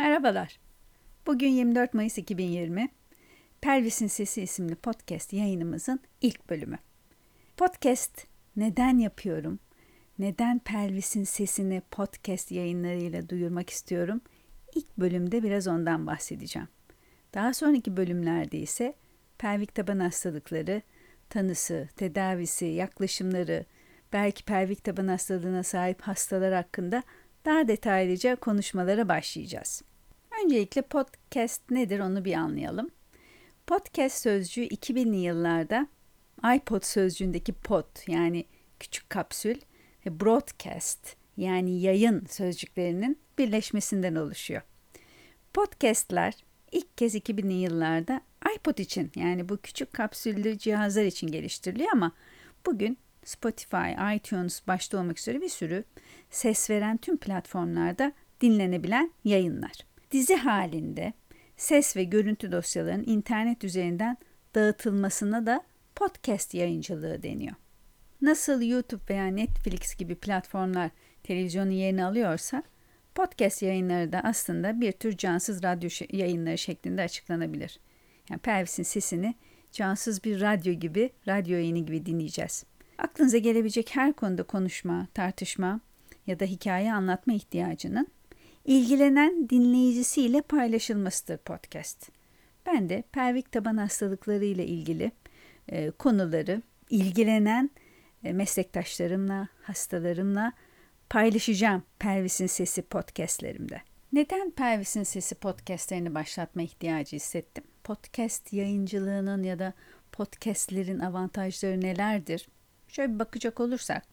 Merhabalar. Bugün 24 Mayıs 2020. Pelvis'in Sesi isimli podcast yayınımızın ilk bölümü. Podcast neden yapıyorum? Neden Pelvis'in Sesini podcast yayınlarıyla duyurmak istiyorum? İlk bölümde biraz ondan bahsedeceğim. Daha sonraki bölümlerde ise pelvik taban hastalıkları, tanısı, tedavisi, yaklaşımları, belki pelvik taban hastalığına sahip hastalar hakkında daha detaylıca konuşmalara başlayacağız. Öncelikle podcast nedir onu bir anlayalım. Podcast sözcüğü 2000'li yıllarda iPod sözcüğündeki pod yani küçük kapsül ve broadcast yani yayın sözcüklerinin birleşmesinden oluşuyor. Podcastler ilk kez 2000'li yıllarda iPod için yani bu küçük kapsüllü cihazlar için geliştiriliyor ama bugün Spotify, iTunes başta olmak üzere bir sürü ses veren tüm platformlarda dinlenebilen yayınlar. Dizi halinde ses ve görüntü dosyalarının internet üzerinden dağıtılmasına da podcast yayıncılığı deniyor. Nasıl YouTube veya Netflix gibi platformlar televizyonun yerini alıyorsa, podcast yayınları da aslında bir tür cansız radyo yayınları şeklinde açıklanabilir. Yani Pelvis'in sesini cansız bir radyo gibi, radyo yayını gibi dinleyeceğiz. Aklınıza gelebilecek her konuda konuşma, tartışma ya da hikaye anlatma ihtiyacının ilgilenen dinleyicisiyle paylaşılmasıdır podcast. Ben de pelvik taban hastalıkları ile ilgili konuları ilgilenen meslektaşlarımla, hastalarımla paylaşacağım Pelvis'in Sesi podcastlerimde. Neden Pelvis'in Sesi podcastlerini başlatma ihtiyacı hissettim? Podcast yayıncılığının ya da podcastlerin avantajları nelerdir? Şöyle bir bakacak olursak,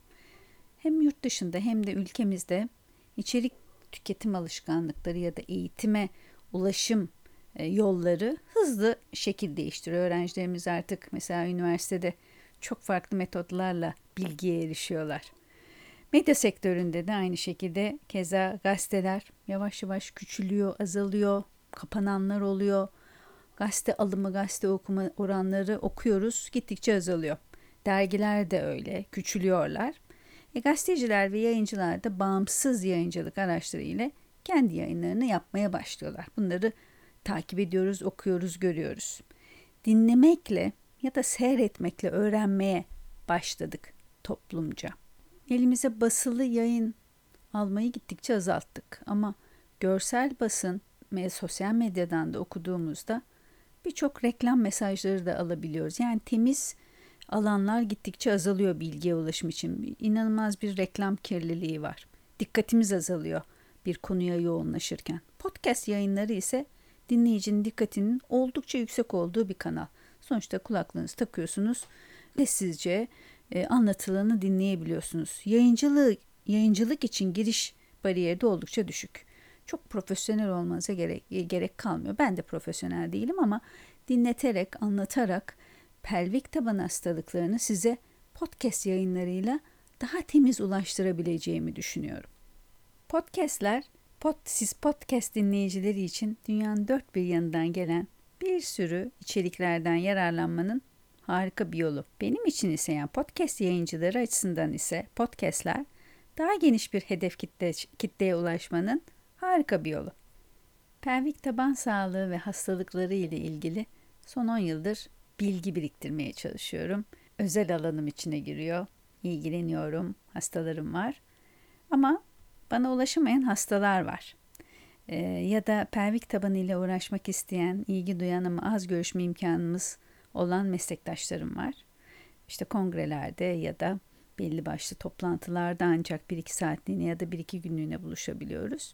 hem yurt dışında hem de ülkemizde içerik tüketim alışkanlıkları ya da eğitime ulaşım yolları hızlı şekil değiştiriyor. Öğrencilerimiz artık mesela üniversitede çok farklı metotlarla bilgiye erişiyorlar. Medya sektöründe de aynı şekilde keza gazeteler yavaş yavaş küçülüyor, azalıyor, kapananlar oluyor. Gazete alımı, gazete okuma oranları okuyoruz, gittikçe azalıyor. Dergiler de öyle, küçülüyorlar. Gazeteciler ve yayıncılar da bağımsız yayıncılık araçları ile kendi yayınlarını yapmaya başlıyorlar. Bunları takip ediyoruz, okuyoruz, görüyoruz. Dinlemekle ya da seyretmekle öğrenmeye başladık toplumca. Elimize basılı yayın almayı gittikçe azalttık. Ama görsel basın ve sosyal medyadan da okuduğumuzda birçok reklam mesajları da alabiliyoruz. Yani temiz alanlar gittikçe azalıyor bilgiye ulaşım için. İnanılmaz bir reklam kirliliği var. Dikkatimiz azalıyor bir konuya yoğunlaşırken. Podcast yayınları ise dinleyicinin dikkatinin oldukça yüksek olduğu bir kanal. Sonuçta kulaklığınızı takıyorsunuz, sessizce anlatılanı dinleyebiliyorsunuz. Yayıncılık için giriş bariyeri de oldukça düşük. Çok profesyonel olmanıza gerek kalmıyor. Ben de profesyonel değilim ama dinleterek, anlatarak pelvik taban hastalıklarını size podcast yayınlarıyla daha temiz ulaştırabileceğimi düşünüyorum. Podcastler, siz podcast dinleyicileri için dünyanın dört bir yanından gelen bir sürü içeriklerden yararlanmanın harika bir yolu. Benim için ise yani podcast yayıncıları açısından ise podcastler daha geniş bir hedef kitleye ulaşmanın harika bir yolu. Pelvik taban sağlığı ve hastalıkları ile ilgili son 10 yıldır bilgi biriktirmeye çalışıyorum. Özel alanım içine giriyor. İlgileniyorum. Hastalarım var. Ama bana ulaşamayan hastalar var. Ya da pelvik tabanı ile uğraşmak isteyen, ilgi duyan ama az görüşme imkanımız olan meslektaşlarım var. İşte kongrelerde ya da belli başlı toplantılarda ancak 1-2 saatliğine ya da 1-2 günlüğüne buluşabiliyoruz.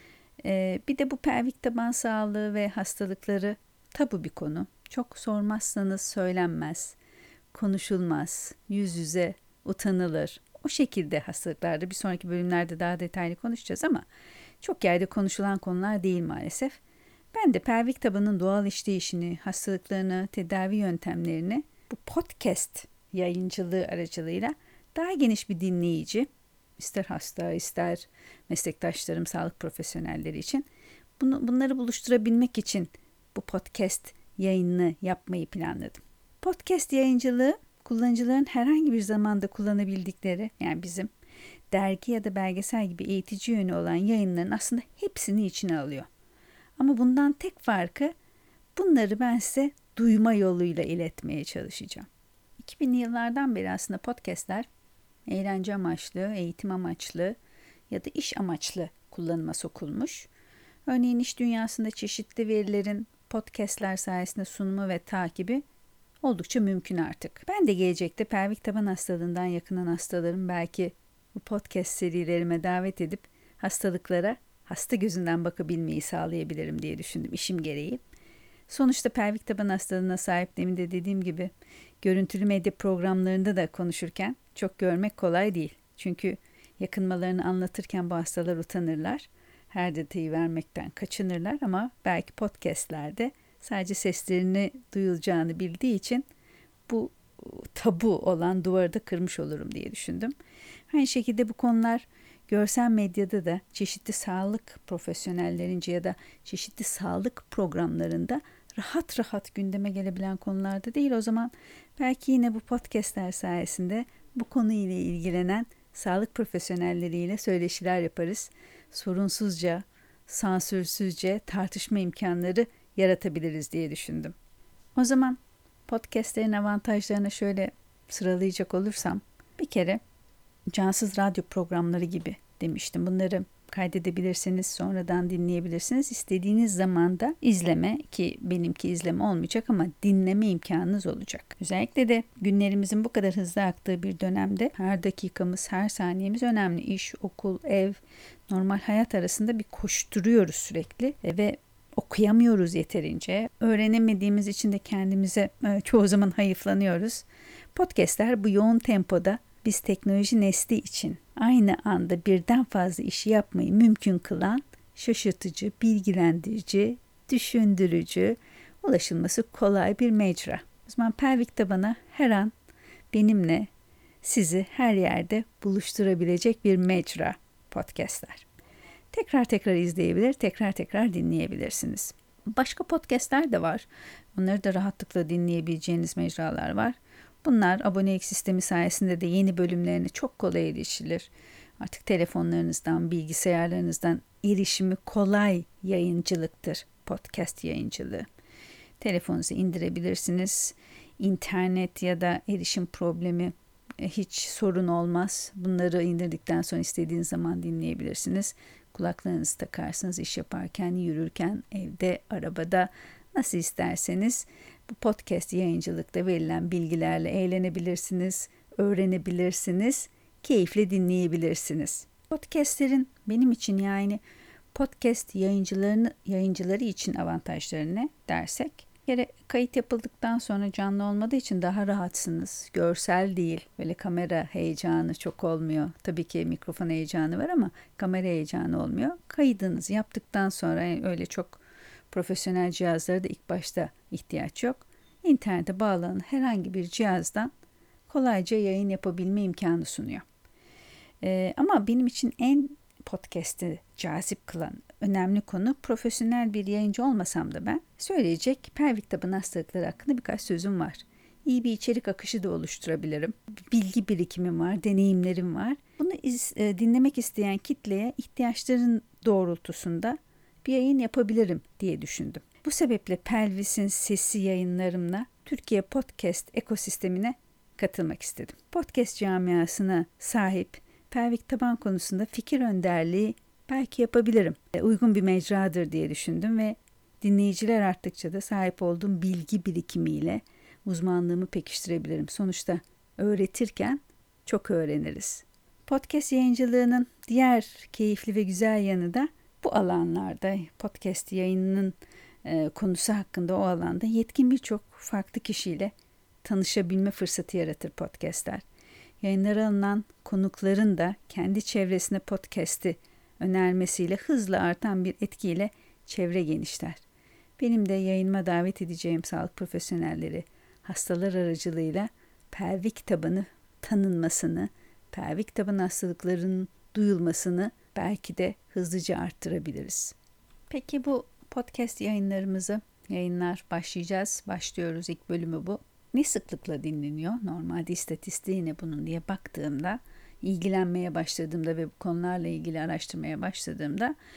Bir de bu pelvik taban sağlığı ve hastalıkları tabu bir konu. Çok sormazsanız söylenmez, konuşulmaz, yüz yüze utanılır. O şekilde hastalıklarda bir sonraki bölümlerde daha detaylı konuşacağız ama çok yerde konuşulan konular değil maalesef. Ben de pelvik tabanın doğal işleyişini, hastalıklarını, tedavi yöntemlerini bu podcast yayıncılığı aracılığıyla daha geniş bir dinleyici, ister hasta, ister meslektaşlarım, sağlık profesyonelleri için bunları buluşturabilmek için bu podcast yayınını yapmayı planladım. Podcast yayıncılığı kullanıcıların herhangi bir zamanda kullanabildikleri, yani bizim dergi ya da belgesel gibi eğitici yönü olan yayınların aslında hepsini içine alıyor. Ama bundan tek farkı bunları ben size duyma yoluyla iletmeye çalışacağım. 2000'li yıllardan beri aslında podcastler eğlence amaçlı, eğitim amaçlı ya da iş amaçlı kullanıma sokulmuş. Örneğin iş dünyasında çeşitli verilerin podcastler sayesinde sunumu ve takibi oldukça mümkün artık. Ben de gelecekte pelvik taban hastalığından yakınan hastalarım belki bu podcast serilerime davet edip hastalıklara hasta gözünden bakabilmeyi sağlayabilirim diye düşündüm işim gereği. Sonuçta pelvik taban hastalığına sahip, demin de dediğim gibi görüntülü medya programlarında da konuşurken çok görmek kolay değil. Çünkü yakınmalarını anlatırken bu hastalar utanırlar. Her detayı vermekten kaçınırlar ama belki podcastlerde sadece seslerini duyulacağını bildiği için bu tabu olan duvarı da kırmış olurum diye düşündüm. Aynı şekilde bu konular görsel medyada da çeşitli sağlık profesyonellerince ya da çeşitli sağlık programlarında rahat rahat gündeme gelebilen konularda değil. O zaman belki yine bu podcastler sayesinde bu konuyla ilgilenen sağlık profesyonelleriyle söyleşiler yaparız. Sorunsuzca, sansürsüzce tartışma imkanları yaratabiliriz diye düşündüm. O zaman podcastlerin avantajlarını şöyle sıralayacak olursam, bir kere cansız radyo programları gibi demiştim. Bunları kaydedebilirsiniz, sonradan dinleyebilirsiniz. İstediğiniz zamanda izleme, ki benimki izleme olmayacak ama dinleme imkanınız olacak. Özellikle de günlerimizin bu kadar hızlı aktığı bir dönemde her dakikamız, her saniyemiz önemli. İş, okul, ev, normal hayat arasında bir koşturuyoruz sürekli ve okuyamıyoruz yeterince. Öğrenemediğimiz için de kendimize çoğu zaman hayıflanıyoruz. Podcastler bu yoğun tempoda biz teknoloji nesli için aynı anda birden fazla işi yapmayı mümkün kılan şaşırtıcı, bilgilendirici, düşündürücü, ulaşılması kolay bir mecra. O zaman pelvik tabana her an benimle sizi her yerde buluşturabilecek bir mecra podcastler. Tekrar tekrar izleyebilir, tekrar tekrar dinleyebilirsiniz. Başka podcastler de var. Onları da rahatlıkla dinleyebileceğiniz mecralar var. Bunlar abonelik sistemi sayesinde de yeni bölümlerine çok kolay erişilir. Artık telefonlarınızdan, bilgisayarlarınızdan erişimi kolay yayıncılıktır podcast yayıncılığı. Telefonunuza indirebilirsiniz. İnternet ya da erişim problemi hiç sorun olmaz. Bunları indirdikten sonra istediğiniz zaman dinleyebilirsiniz. Kulaklarınızı takarsınız iş yaparken, yürürken, evde, arabada, nasıl isterseniz bu podcast yayıncılıkta verilen bilgilerle eğlenebilirsiniz, öğrenebilirsiniz, keyifle dinleyebilirsiniz. Podcastlerin benim için, yani podcast yayıncıları için avantajları ne dersek, bir kere kayıt yapıldıktan sonra canlı olmadığı için daha rahatsınız. Görsel değil, böyle kamera heyecanı çok olmuyor. Tabii ki mikrofon heyecanı var ama kamera heyecanı olmuyor. Kaydınızı yaptıktan sonra öyle çok profesyonel cihazlara da ilk başta ihtiyaç yok. İnternete bağlanan herhangi bir cihazdan kolayca yayın yapabilme imkanı sunuyor. Ama benim için en podcast'i cazip kılan önemli konu, profesyonel bir yayıncı olmasam da ben söyleyecek pelvik taban hastalıkları hakkında birkaç sözüm var. İyi bir içerik akışı da oluşturabilirim. Bilgi birikimim var, deneyimlerim var. Bunu dinlemek isteyen kitleye ihtiyaçların doğrultusunda bir yayın yapabilirim diye düşündüm. Bu sebeple Pelvis'in sesi yayınlarımla Türkiye podcast ekosistemine katılmak istedim. Podcast camiasına sahip pelvik taban konusunda fikir önderliği belki yapabilirim. Uygun bir mecradır diye düşündüm ve dinleyiciler arttıkça da sahip olduğum bilgi birikimiyle uzmanlığımı pekiştirebilirim. Sonuçta öğretirken çok öğreniriz. Podcast yayıncılığının diğer keyifli ve güzel yanı da bu alanlarda, podcast yayınının konusu hakkında o alanda yetkin birçok farklı kişiyle tanışabilme fırsatı yaratır podcastler. Yayınlara alınan konukların da kendi çevresine podcast'i önermesiyle hızla artan bir etkiyle çevre genişler. Benim de yayınıma davet edeceğim sağlık profesyonelleri hastalar aracılığıyla pelvik tabanı tanınmasını, pelvik taban hastalıklarının duyulmasını belki de hızlıca arttırabiliriz. Peki bu podcast yayınlar başlıyoruz. İlk bölümü bu. Ne sıklıkla dinleniyor? Normalde istatistiği ne bunun diye baktığımda, ilgilenmeye başladığımda ve bu konularla ilgili araştırmaya başladığımda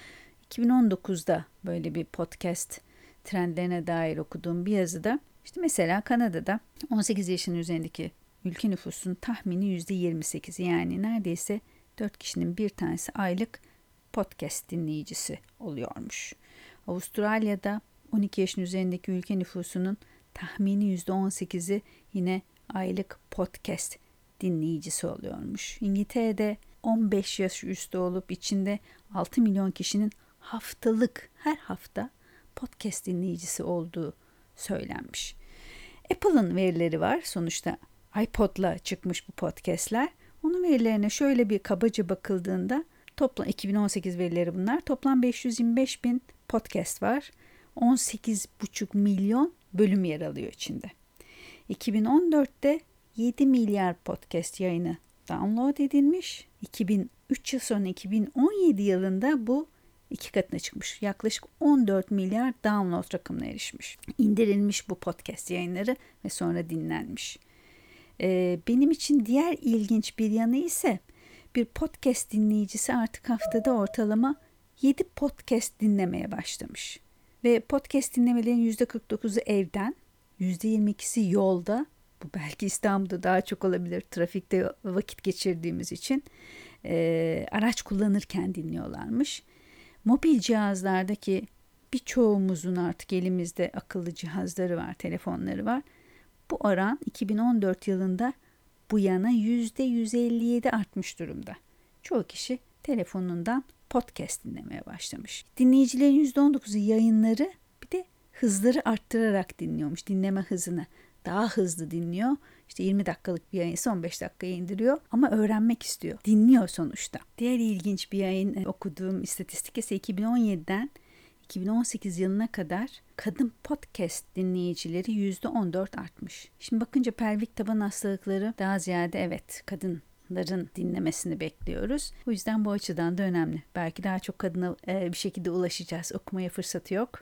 2019'da böyle bir podcast trendlerine dair okuduğum bir yazıda işte mesela Kanada'da 18 yaşının üzerindeki ülke nüfusunun tahmini %28, yani neredeyse 4 kişinin bir tanesi aylık podcast dinleyicisi oluyormuş. Avustralya'da 12 yaşın üzerindeki ülke nüfusunun tahmini %18'i yine aylık podcast dinleyicisi oluyormuş. İngiltere'de 15 yaş üstü olup içinde 6 milyon kişinin haftalık, her hafta podcast dinleyicisi olduğu söylenmiş. Apple'ın verileri var. Sonuçta iPod'la çıkmış bu podcastler. Onun verilerine şöyle bir kabaca bakıldığında toplam 2018 verileri bunlar. Toplam 525 bin podcast var. 18,5 milyon bölüm yer alıyor içinde. 2014'te 7 milyar podcast yayını download edilmiş. 3 yıl sonra 2017 yılında bu 2 katına çıkmış. Yaklaşık 14 milyar download rakamına erişmiş. İndirilmiş bu podcast yayınları ve sonra dinlenmiş. Benim için diğer ilginç bir yanı ise bir podcast dinleyicisi artık haftada ortalama 7 podcast dinlemeye başlamış. Ve podcast dinlemelerin %49'u evden, %22'si yolda. Bu belki İstanbul'da daha çok olabilir, trafikte vakit geçirdiğimiz için. Araç kullanırken dinliyorlarmış. Mobil cihazlardaki birçoğumuzun artık elimizde akıllı cihazları var, telefonları var. Bu oran 2014 yılında bu yana %157 artmış durumda. Çoğu kişi telefonundan podcast dinlemeye başlamış. Dinleyicilerin %19'u yayınları bir de hızları arttırarak dinliyormuş. Dinleme hızını daha hızlı dinliyor. İşte 20 dakikalık bir yayınsa 15 dakikaya indiriyor ama öğrenmek istiyor. Dinliyor sonuçta. Diğer ilginç bir yayın okuduğum istatistik ise 2017'den 2018 yılına kadar kadın podcast dinleyicileri %14 artmış. Şimdi bakınca pelvik taban hastalıkları daha ziyade evet kadınların dinlemesini bekliyoruz. O yüzden bu açıdan da önemli. Belki daha çok kadına bir şekilde ulaşacağız. Okumaya fırsatı yok.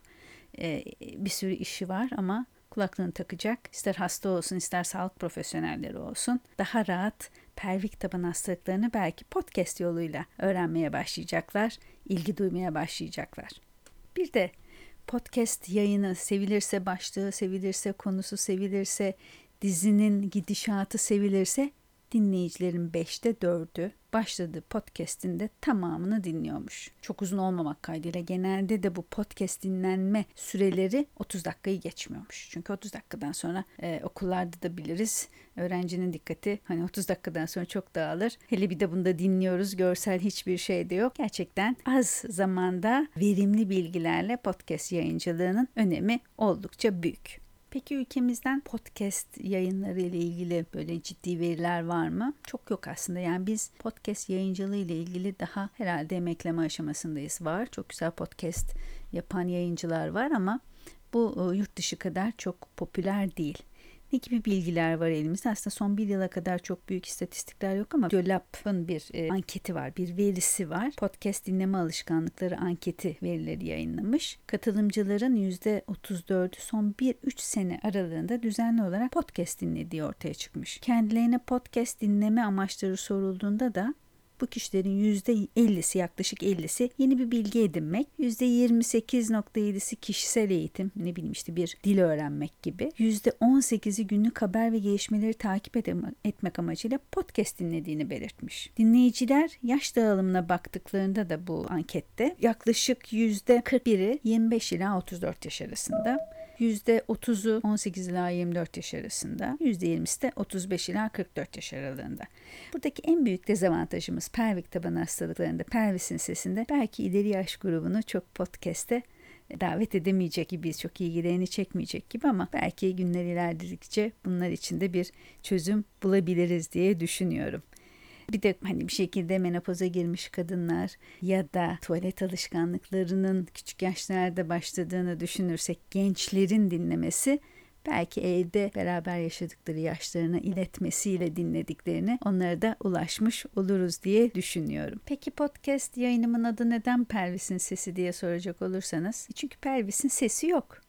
Bir sürü işi var ama kulaklığını takacak. İster hasta olsun, ister sağlık profesyonelleri olsun. Daha rahat pelvik taban hastalıklarını belki podcast yoluyla öğrenmeye başlayacaklar. İlgi duymaya başlayacaklar. Bir de podcast yayını sevilirse, başlığı sevilirse, konusu sevilirse, dizinin gidişatı sevilirse dinleyicilerin 5'te 4'ü başladığı podcast'in de tamamını dinliyormuş. Çok uzun olmamak kaydıyla genelde de bu podcast dinlenme süreleri 30 dakikayı geçmiyormuş. Çünkü 30 dakikadan sonra okullarda da biliriz. Öğrencinin dikkati 30 dakikadan sonra çok dağılır. Hele bir de bunda dinliyoruz. Görsel hiçbir şey de yok. Gerçekten az zamanda verimli bilgilerle podcast yayıncılığının önemi oldukça büyük. Peki ülkemizden podcast yayınları ile ilgili böyle ciddi veriler var mı? Çok yok aslında. Yani biz podcast yayıncılığı ile ilgili daha herhalde emekleme aşamasındayız. Var. Çok güzel podcast yapan yayıncılar var ama bu yurt dışı kadar çok popüler değil. Ne gibi bilgiler var elimizde? Aslında son bir yıla kadar çok büyük istatistikler yok ama Dölap'ın bir anketi var, bir verisi var. Podcast dinleme alışkanlıkları anketi verileri yayınlamış. Katılımcıların %34'ü son 1-3 sene aralığında düzenli olarak podcast dinlediği ortaya çıkmış. Kendilerine podcast dinleme amaçları sorulduğunda da bu kişilerin %50'si, yaklaşık 50'si yeni bir bilgi edinmek, %28,7'si kişisel eğitim, ne bileyim işte bir dil öğrenmek gibi, %18'i günlük haber ve gelişmeleri takip etmek amacıyla podcast dinlediğini belirtmiş. Dinleyiciler yaş dağılımına baktıklarında da bu ankette yaklaşık %41'i 25 ila 34 yaş arasında, %30'u 18 ila 24 yaş arasında, %20'si de 35 ila 44 yaş aralığında. Buradaki en büyük dezavantajımız pelvik taban hastalıklarında, pelvisin sesinde belki ileri yaş grubunu çok podcast'e davet edemeyecek gibi, çok ilgilerini çekmeyecek gibi ama belki günler ilerledikçe bunlar için de bir çözüm bulabiliriz diye düşünüyorum. Bir de bir şekilde menopoza girmiş kadınlar ya da tuvalet alışkanlıklarının küçük yaşlarda başladığını düşünürsek gençlerin dinlemesi belki evde beraber yaşadıkları yaşlarına iletmesiyle dinlediklerini onlara da ulaşmış oluruz diye düşünüyorum. Peki podcast yayınımın adı neden Pelvis'in Sesi diye soracak olursanız, çünkü pelvisin sesi yok.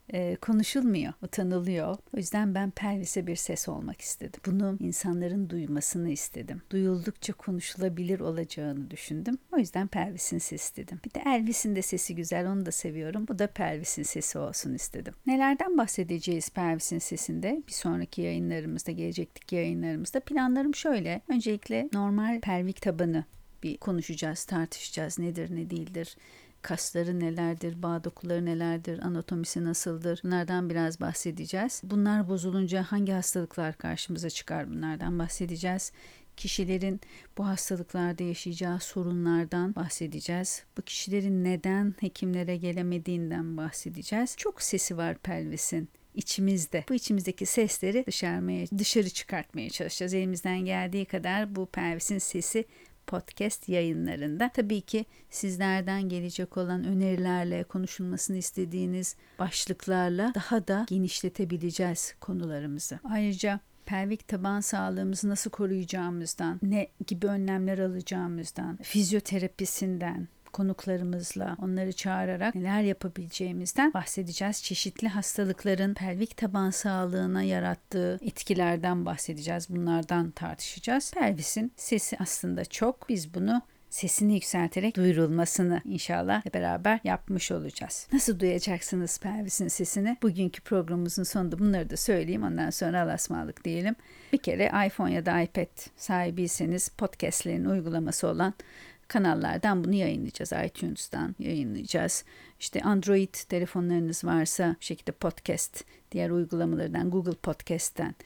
konuşulmuyor, utanılıyor. O yüzden ben pelvise bir ses olmak istedim. Bunu insanların duymasını istedim. Duyuldukça konuşulabilir olacağını düşündüm. O yüzden pelvisin sesi dedim. Bir de Elvis'in de sesi güzel, onu da seviyorum. Bu da pelvisin sesi olsun istedim. Nelerden bahsedeceğiz pelvisin sesinde? Bir sonraki yayınlarımızda, gelecekteki yayınlarımızda planlarım şöyle. Öncelikle normal pelvik tabanı bir konuşacağız, tartışacağız. Nedir, ne değildir? Kasları nelerdir, bağ dokuları nelerdir, anatomisi nasıldır? Bunlardan biraz bahsedeceğiz. Bunlar bozulunca hangi hastalıklar karşımıza çıkar? Bunlardan bahsedeceğiz. Kişilerin bu hastalıklarda yaşayacağı sorunlardan bahsedeceğiz. Bu kişilerin neden hekimlere gelemediğinden bahsedeceğiz. Çok sesi var pelvisin içimizde. Bu içimizdeki sesleri dışarı çıkartmaya çalışacağız. Elimizden geldiği kadar bu pelvisin sesi podcast yayınlarında. Tabii ki sizlerden gelecek olan önerilerle, konuşulmasını istediğiniz başlıklarla daha da genişletebileceğiz konularımızı. Ayrıca pelvik taban sağlığımızı nasıl koruyacağımızdan, ne gibi önlemler alacağımızdan, fizyoterapisinden, konuklarımızla onları çağırarak neler yapabileceğimizden bahsedeceğiz. Çeşitli hastalıkların pelvik taban sağlığına yarattığı etkilerden bahsedeceğiz. Bunlardan tartışacağız. Pelvisin sesi aslında çok. Biz bunu sesini yükselterek duyurulmasını inşallah beraber yapmış olacağız. Nasıl duyacaksınız pelvisin sesini? Bugünkü programımızın sonunda bunları da söyleyeyim. Ondan sonra Allah'a ısmarladık diyelim. Bir kere iPhone ya da iPad sahibiyseniz podcastlerin uygulaması olan kanallardan bunu yayınlayacağız. iTunes'tan yayınlayacağız. İşte Android telefonlarınız varsa bu şekilde podcast diğer uygulamalardan Google Podcast'ten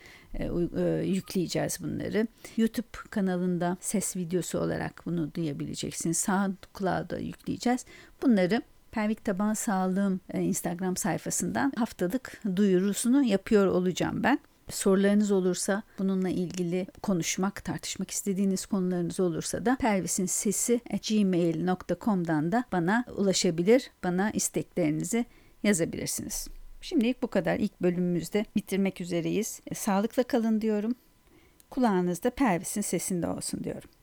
yükleyeceğiz bunları. YouTube kanalında ses videosu olarak bunu duyabileceksiniz. SoundCloud'a yükleyeceğiz. Bunları Pelvik Taban Sağlığım Instagram sayfasından haftalık duyurusunu yapıyor olacağım ben. Sorularınız olursa, bununla ilgili konuşmak, tartışmak istediğiniz konularınız olursa da pelvisinsesi@gmail.com'dan da bana ulaşabilir, bana isteklerinizi yazabilirsiniz. Şimdilik bu kadar. İlk bölümümüzde bitirmek üzereyiz. Sağlıkla kalın diyorum. Kulağınızda pelvisin sesinde olsun diyorum.